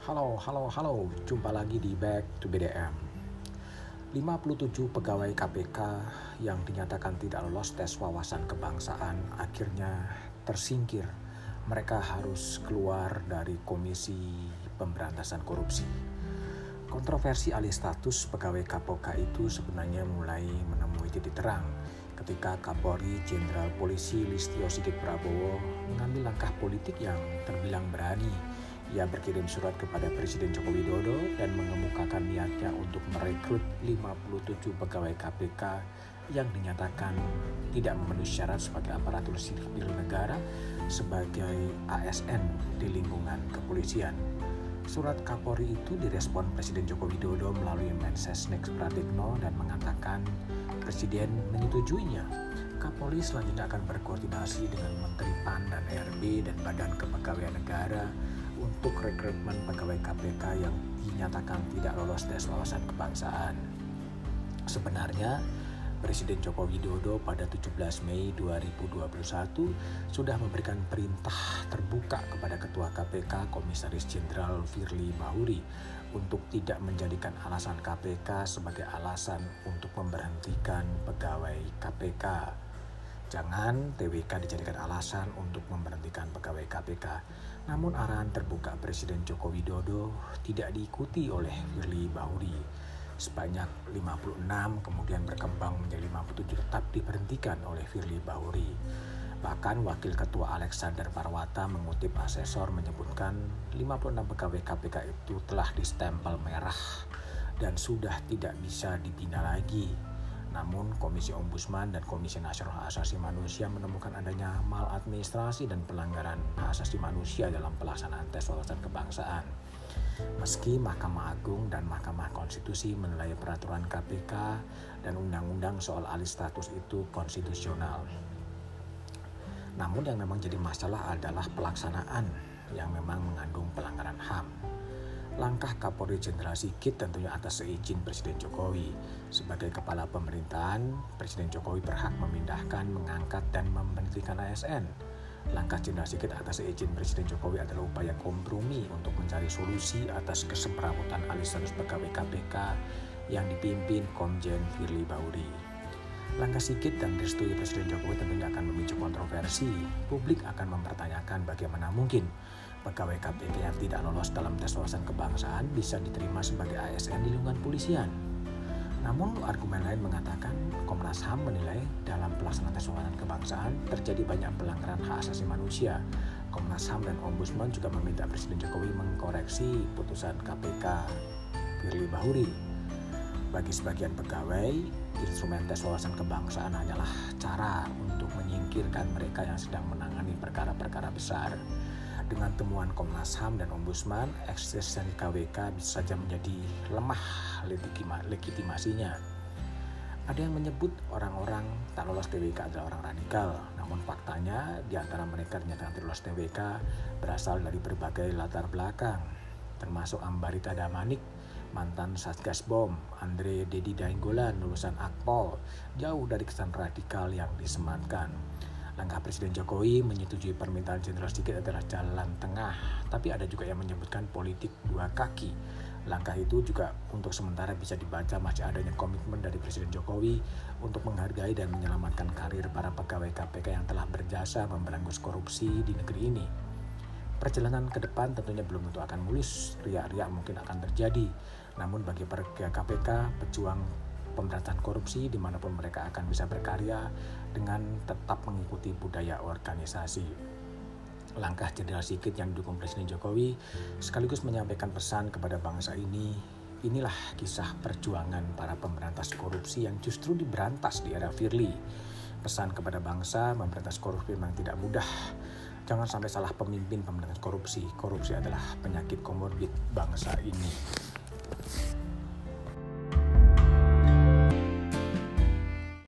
Halo. Jumpa lagi di Back to BDM. 57 pegawai KPK yang dinyatakan tidak lolos tes wawasan kebangsaan akhirnya tersingkir. Mereka harus keluar dari Komisi Pemberantasan Korupsi. Kontroversi alih status pegawai KPK itu sebenarnya mulai menemui titik terang ketika Kapolri Jenderal Polisi Listio Sigit Prabowo mengambil langkah politik yang terbilang berani. Ia berkirim surat kepada Presiden Joko Widodo dan mengemukakan niatnya untuk merekrut 57 pegawai KPK yang dinyatakan tidak memenuhi syarat sebagai aparatur sipil negara sebagai ASN di lingkungan kepolisian. Surat Kapolri itu direspon Presiden Joko Widodo melalui Mensesnek Pratikno dan mengatakan Presiden menyetujuinya. Kapolri selanjutnya akan berkoordinasi dengan Menteri PAN dan RB dan Badan Kepegawaian Negara untuk rekrutmen pegawai KPK yang dinyatakan tidak lolos tes wawasan kebangsaan. Sebenarnya, Presiden Joko Widodo pada 17 Mei 2021 sudah memberikan perintah terbuka kepada Ketua KPK Komisaris Jenderal Firly Bahuri untuk tidak menjadikan alasan KPK sebagai alasan untuk memberhentikan pegawai KPK. Jangan TWK dijadikan alasan untuk memberhentikan pegawai KPK. Namun arahan terbuka Presiden Joko Widodo tidak diikuti oleh Firly Bahuri. Sebanyak 56 kemudian berkembang menjadi 57 tetap diberhentikan oleh Firly Bahuri. Bahkan Wakil Ketua Alexander Marwata mengutip asesor menyebutkan 56 pegawai KPK itu telah distempel merah dan sudah tidak bisa dibina lagi. Namun Komisi Ombudsman dan Komisi Nasional Hak Asasi Manusia menemukan adanya maladministrasi dan pelanggaran hak asasi manusia dalam pelaksanaan tes wawasan kebangsaan. Meski Mahkamah Agung dan Mahkamah Konstitusi menilai peraturan KPK dan undang-undang soal alih status itu konstitusional. Namun yang memang jadi masalah adalah pelaksanaan yang memang mengandung pelanggaran HAM. Langkah Kapolri Jenderal Sigit tentunya atas seizin Presiden Jokowi. Sebagai kepala pemerintahan, Presiden Jokowi berhak memindahkan, mengangkat, dan memberhentikan ASN. Langkah Jenderal Sigit atas seizin Presiden Jokowi adalah upaya kompromi untuk mencari solusi atas kesemrawutan alih status pegawai KPK yang dipimpin Komjen Firly Bahuri. Langkah Sigit dan direstui Presiden Jokowi tentunya akan memicu kontroversi. Publik akan mempertanyakan bagaimana mungkin pegawai KPK yang tidak lolos dalam tes wawasan kebangsaan bisa diterima sebagai ASN di lingkungan polisian. Namun argumen lain mengatakan Komnas HAM menilai dalam pelaksanaan tes wawasan kebangsaan terjadi banyak pelanggaran hak asasi manusia. Komnas HAM dan Ombudsman juga meminta Presiden Jokowi mengkoreksi putusan KPK Firly Bahuri. Bagi sebagian pegawai, instrumen tes wawasan kebangsaan hanyalah cara untuk menyingkirkan mereka yang sedang menangani perkara-perkara besar. Dengan temuan Komnas HAM dan Ombudsman, eksistensi KWK bisa saja menjadi lemah legitimasinya. Ada yang menyebut orang-orang tak lolos TWK adalah orang radikal, namun faktanya di antara mereka dinyatakan tidak lolos TWK berasal dari berbagai latar belakang, termasuk Ambarita Damanik, mantan Satgas Bom, Andre Dedi Daenggolan, lulusan Akpol, jauh dari kesan radikal yang disematkan. Langkah Presiden Jokowi menyetujui permintaan Jenderal Sigit adalah jalan tengah, tapi ada juga yang menyebutkan politik dua kaki. Langkah itu juga untuk sementara bisa dibaca masih adanya komitmen dari Presiden Jokowi untuk menghargai dan menyelamatkan karir para pegawai KPK yang telah berjasa memberangus korupsi di negeri ini. Perjalanan ke depan tentunya belum tentu akan mulus, riak-riak mungkin akan terjadi. Namun bagi pegawai KPK, pejuang pemberantasan korupsi dimanapun mereka akan bisa berkarya dengan tetap mengikuti budaya organisasi. Langkah Jenderal Sigit yang didukung Presiden Jokowi sekaligus menyampaikan pesan kepada bangsa ini. Inilah kisah perjuangan para pemberantas korupsi yang justru diberantas di era Firly. Pesan kepada bangsa, memberantas korupsi memang tidak mudah. Jangan sampai salah pemimpin pemberantas korupsi. Korupsi adalah penyakit komorbid bangsa ini.